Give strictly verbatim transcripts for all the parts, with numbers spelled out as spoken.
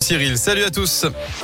Cyril. Salut à tous.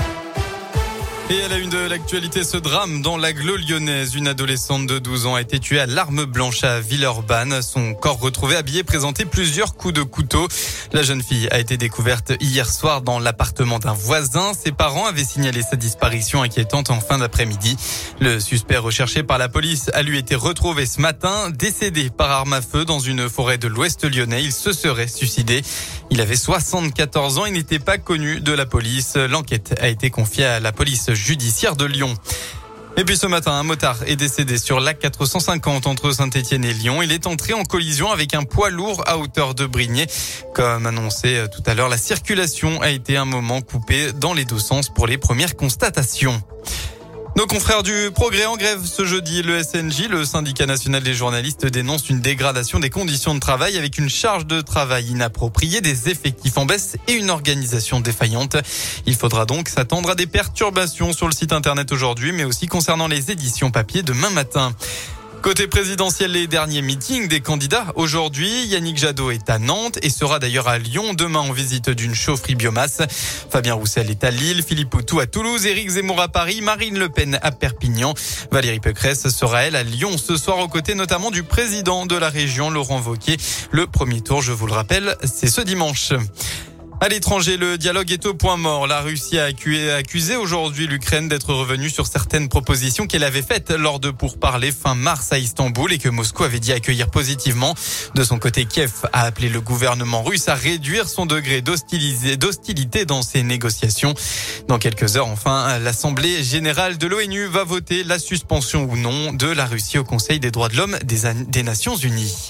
Et à la une de l'actualité, ce drame dans l'agglo lyonnaise. Une adolescente de douze ans a été tuée à l'arme blanche à Villeurbanne. Son corps retrouvé habillé présentait plusieurs coups de couteau. La jeune fille a été découverte hier soir dans l'appartement d'un voisin. Ses parents avaient signalé sa disparition inquiétante en fin d'après-midi. Le suspect recherché par la police a lui été retrouvé ce matin, décédé par arme à feu dans une forêt de l'ouest lyonnais. Il se serait suicidé. Il avait soixante-quatorze ans et n'était pas connu de la police. L'enquête a été confiée à la police judiciaire de Lyon. Et puis ce matin, un motard est décédé sur l'A quatre cent cinquante entre Saint-Étienne et Lyon. Il est entré en collision avec un poids lourd à hauteur de Brignais. Comme annoncé tout à l'heure, la circulation a été un moment coupée dans les deux sens pour les premières constatations. Nos confrères du Progrès en grève ce jeudi. Le S N J, le syndicat national des journalistes, dénonce une dégradation des conditions de travail avec une charge de travail inappropriée, des effectifs en baisse et une organisation défaillante. Il faudra donc s'attendre à des perturbations sur le site internet aujourd'hui, mais aussi concernant les éditions papier demain matin. Côté présidentiel, les derniers meetings des candidats aujourd'hui. Yannick Jadot est à Nantes et sera d'ailleurs à Lyon demain en visite d'une chaufferie biomasse. Fabien Roussel est à Lille, Philippe Poutou à Toulouse, Éric Zemmour à Paris, Marine Le Pen à Perpignan. Valérie Pécresse sera elle à Lyon ce soir aux côtés notamment du président de la région, Laurent Wauquiez. Le premier tour, je vous le rappelle, c'est ce dimanche. À l'étranger, le dialogue est au point mort. La Russie a accusé aujourd'hui l'Ukraine d'être revenue sur certaines propositions qu'elle avait faites lors de pourparlers fin mars à Istanbul et que Moscou avait dit accueillir positivement. De son côté, Kiev a appelé le gouvernement russe à réduire son degré d'hostilité dans ces négociations. Dans quelques heures, enfin, l'Assemblée générale de l'ONU va voter la suspension ou non de la Russie au Conseil des droits de l'homme des Nations Unies.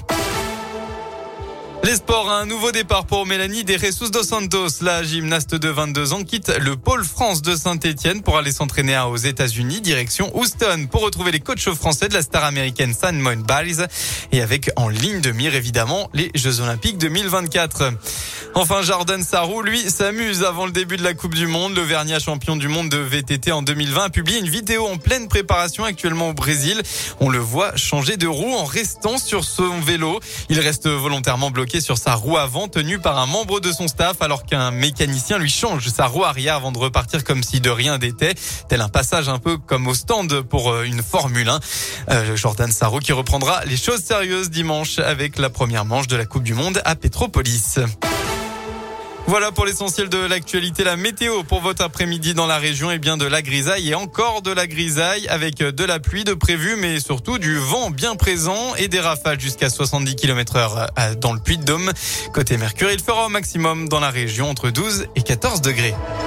Les sports, un nouveau départ pour Mélanie de Jesus dos Santos. La gymnaste de vingt-deux ans quitte le pôle France de Saint-Étienne pour aller s'entraîner aux États-Unis, direction Houston, pour retrouver les coachs français de la star américaine Simone Biles. Et avec en ligne de mire, évidemment, les Jeux Olympiques deux mille vingt-quatre. Enfin, Jordan Sarrou, lui, s'amuse avant le début de la Coupe du Monde. L'Auvergnat champion du monde de V T T en deux mille vingt a publié une vidéo en pleine préparation actuellement au Brésil. On le voit changer de roue en restant sur son vélo. Il reste volontairement bloqué sur sa roue avant, tenu par un membre de son staff, alors qu'un mécanicien lui change sa roue arrière avant de repartir comme si de rien n'était. Tel un passage un peu comme au stand pour une Formule un. Euh, Jordan Sarrou qui reprendra les choses sérieuses dimanche avec la première manche de la Coupe du Monde à Petropolis. Voilà pour l'essentiel de l'actualité. La météo pour votre après-midi dans la région est bien de la grisaille et encore de la grisaille avec de la pluie de prévu, mais surtout du vent bien présent et des rafales jusqu'à soixante-dix kilomètres heure dans le Puy-de-Dôme. Côté Mercure, il fera au maximum dans la région entre douze et quatorze degrés.